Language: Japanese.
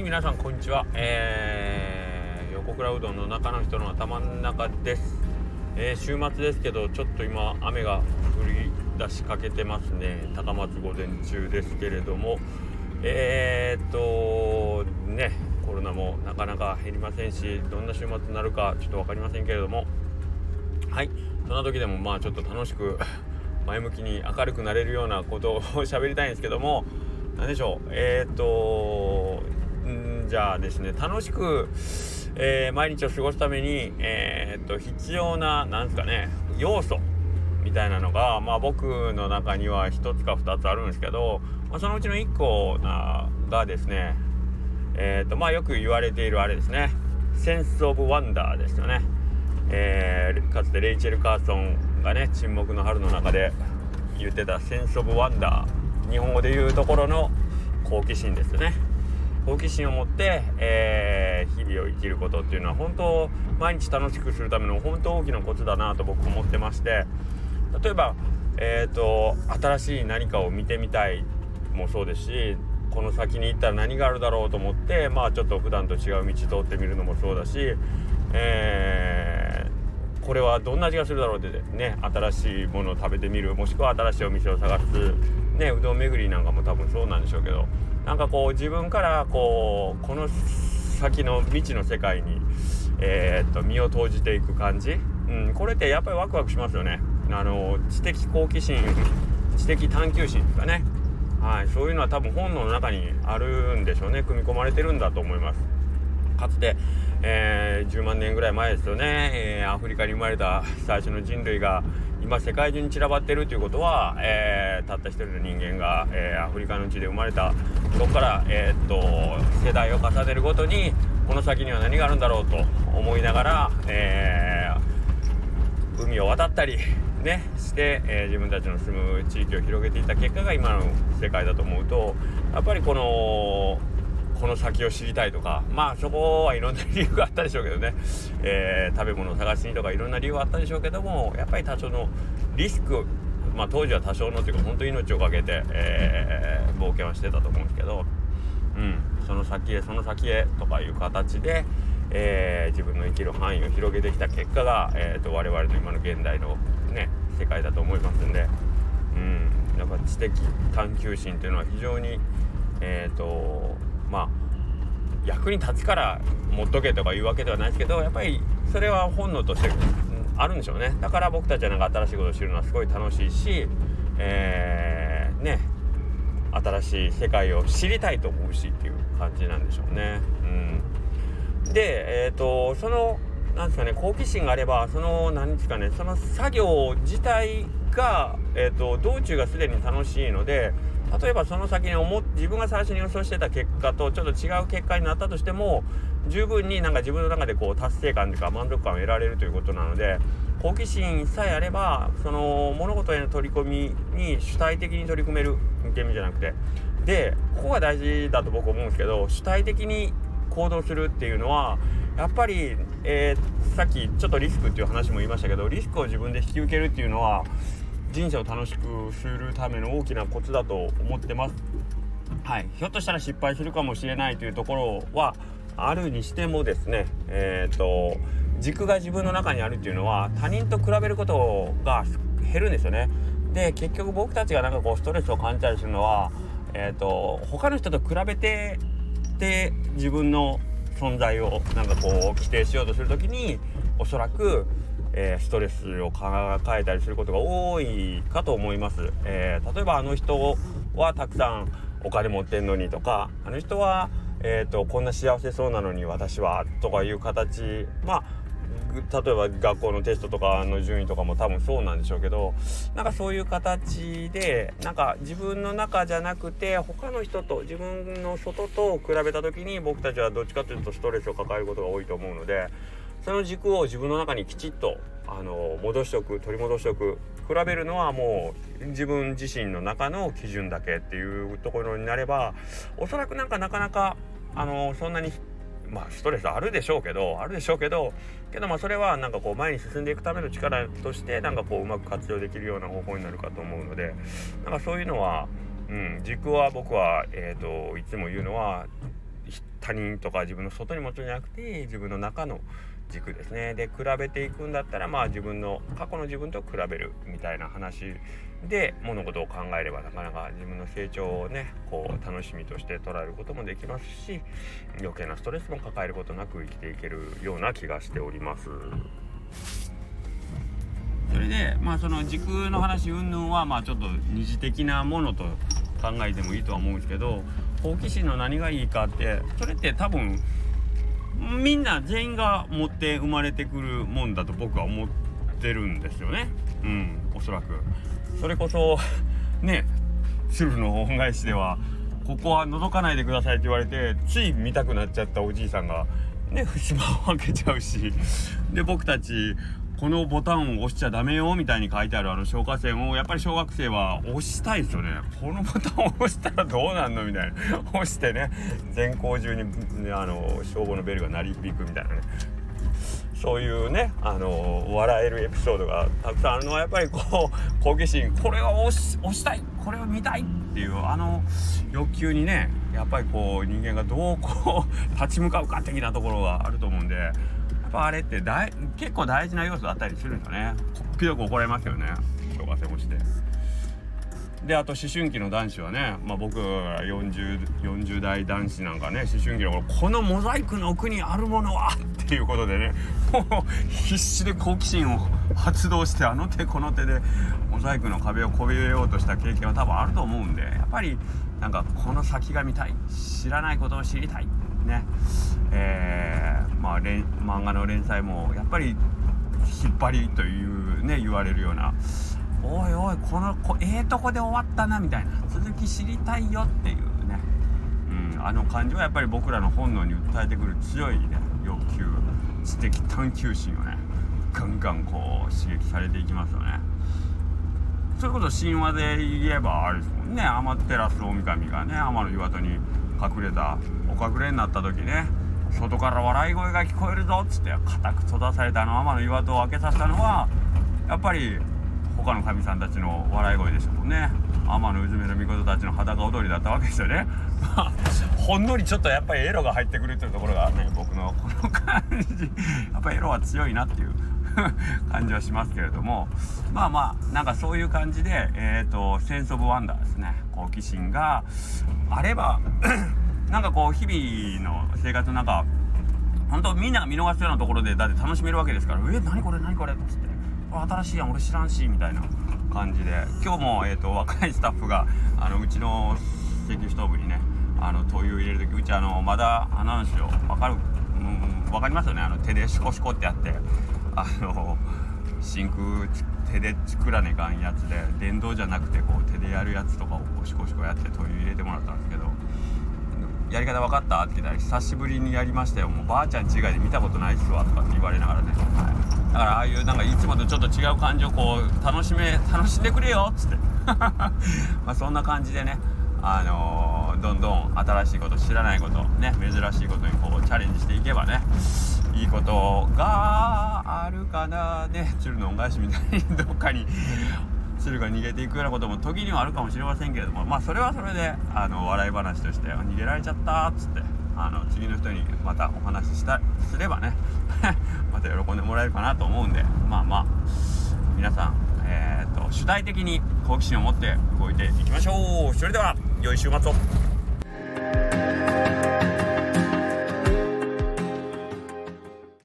皆さんこんにちは。横倉うどんの中の人の頭の中です。週末ですけどちょっと今雨が降り出しかけてますね。高松午前中ですけれどもコロナもなかなか減りませんし、どんな週末になるかちょっと分かりませんけれども、そんな時でもちょっと楽しく前向きに明るくなれるようなことを喋りたいんですけども、何でしょう。じゃあですね、楽しく、毎日を過ごすために、必要な要素みたいなのが、僕の中には一つか二つあるんですけど、そのうちの一個がですね、よく言われているあれですね、センスオブワンダーですよね。かつてレイチェル・カーソンがね、沈黙の春の中で言ってたセンスオブワンダー、日本語で言うところの好奇心ですよね。好奇心を持って、日々を生きることっていうのは本当毎日楽しくするための本当大きなコツだなと僕思ってまして、例えば、新しい何かを見てみたいもそうですし、この先に行ったら何があるだろうと思って、ちょっと普段と違う道通ってみるのもそうだし、これはどんな味がするだろうってね、新しいものを食べてみる、もしくは新しいお店を探す、うどん巡りなんかも多分そうなんでしょうけど、自分からこの先の未知の世界に、身を投じていく感じ、これってやっぱりワクワクしますよね。知的好奇心、知的探求心ですかね。そういうのは多分本能の中にあるんでしょうね。組み込まれてるんだと思います。かつて、10万年ぐらい前ですよね、アフリカに生まれた最初の人類が今世界中に散らばっているということは、たった一人の人間が、アフリカの地で生まれた。そこから、世代を重ねるごとにこの先には何があるんだろうと思いながら、海を渡ったりして、自分たちの住む地域を広げていった結果が今の世界だと思うと、やっぱりこの先を知りたいとか、そこはいろんな理由があったでしょうけどね、食べ物を探しにとかいろんな理由はあったでしょうけども、やっぱり多少のリスク、当時は多少のというか本当に命をかけて、冒険はしてたと思うんですけど、その先へとかいう形で、自分の生きる範囲を広げてきた結果が、我々の今の現代の世界だと思いますんで、やっぱ知的探求心というのは非常に役に立つから持っとけとかいうわけではないですけど、やっぱりそれは本能としてあるんでしょうね。だから僕たちは新しいことを知るのはすごい楽しいし、新しい世界を知りたいと思うしっていう感じなんでしょうね。で、その好奇心があれば、その作業自体が、道中がすでに楽しいので、例えばその先に自分が最初に予想してた結果とちょっと違う結果になったとしても、十分に自分の中で達成感というか満足感を得られるということなので、好奇心さえあればその物事への取り組みに主体的に取り組めるって意味じゃなくて、でここが大事だと僕思うんですけど、主体的に行動するっていうのはやっぱり、さっきちょっとリスクっていう話も言いましたけど、リスクを自分で引き受けるっていうのは人生を楽しくするための大きなコツだと思ってます。ひょっとしたら失敗するかもしれないというところはあるにしてもですね、軸が自分の中にあるっていうのは他人と比べることが減るんですよね。で結局僕たちがストレスを感じたりするのは、他の人と比べてで自分の存在を規定しようとするときにおそらくストレスを抱えたりすることが多いかと思います。例えばあの人はたくさんお金持ってんのにとか、あの人は、こんな幸せそうなのに私はとかいう形、例えば学校のテストとかの順位とかも多分そうなんでしょうけど、そういう形で自分の中じゃなくて他の人と自分の外と比べた時に僕たちはどっちかというとストレスを抱えることが多いと思うので、その軸を自分の中にきちっと取り戻しておく。比べるのはもう自分自身の中の基準だけっていうところになれば、おそらくなかなかそんなにストレスあるでしょうけどそれは前に進んでいくための力としてうまく活用できるような方法になるかと思うので、そういうのは、軸は僕は、いつも言うのは他人とか自分の外に持つんじゃなくて自分の中の軸ですね。で比べていくんだったら自分の過去の自分と比べるみたいな話で物事を考えればなかなか自分の成長をね楽しみとして捉えることもできますし、余計なストレスも抱えることなく生きていけるような気がしております。それでその軸の話云々はちょっと二次的なものと考えてもいいとは思うんですけど、好奇心の何がいいかってそれって多分みんな全員が持って生まれてくるもんだと僕は思ってるんですよね。おそらくそれこそね鶴の恩返しではここは覗かないでくださいって言われてつい見たくなっちゃったおじいさんがねスマホ開けちゃうし、で僕たちこのボタンを押しちゃダメよみたいに書いてある消火栓をやっぱり小学生は押したいですよね。このボタンを押したらどうなんのみたいな押してね全校中に、消防のベルが鳴り響くみたいなね、そういうね笑えるエピソードがたくさんあるのはやっぱり好奇心、これを押したい、これを見たいっていう欲求にねやっぱり人間がどう立ち向かうか的なところがあると思うんで、やっぱあれって結構大事な要素だったりするんですよね。こっぴどく怒られますよね、小学生もして。であと思春期の男子はね、僕ら40代男子なんかね、思春期の頃このモザイクの奥にあるものはっていうことでね必死で好奇心を発動して手この手でモザイクの壁を越えようとした経験は多分あると思うんで、やっぱりこの先が見たい、知らないことを知りたいね、漫画の連載もやっぱり引っ張りというね言われるような、おいおいとこで終わったなみたいな、続き知りたいよっていうね、感情はやっぱり僕らの本能に訴えてくる強いね欲求、知的探求心をねガンガン刺激されていきますよね。それこそ神話で言えばあれですもんね、アマテラス大神がね天の岩戸に隠れたお隠れになった時ね、外から笑い声が聞こえるぞっつって固く閉ざされた天の岩戸を開けさせたのはやっぱり他の神さんたちの笑い声でしたもんね。天のうずめの御事たちの裸踊りだったわけですよねほんのりちょっとやっぱりエロが入ってくるっていうところがね、僕のこの感じやっぱりエロは強いなっていう感じはしますけれども、そういう感じでセンスオブワンダーですね、好奇心があれば日々の生活の中本当みんなが見逃すようなところでだって楽しめるわけですから、何これっつって新しいやん俺知らんしみたいな感じで、今日も若いスタッフがうちの石油ストーブにね灯油を入れるとき、うちまだなんですよ、わかりますよね、手でシコシコってやって真空手で作らねえかんやつで、電動じゃなくて手でやるやつとかをシコシコやって灯油入れてもらったんですけど、やり方分かったって言ったら久しぶりにやりましたよ、もうばあちゃん違いで見たことないっすわとかって言われながらね、だからああいういつもとちょっと違う感情を楽しんでくれよっつってそんな感じでねどんどん新しいこと、知らないことね、珍しいことにチャレンジしていけばねいいことがあるかなね。鶴の恩返しみたいにどっかに鶴が逃げていくようなことも時にはあるかもしれませんけれども、それはそれで笑い話として逃げられちゃったっつって次の人にまたお話しすればねまた喜んでもらえるかなと思うんで、皆さん、主体的に好奇心を持って動いていきましょう。それでは良い週末を。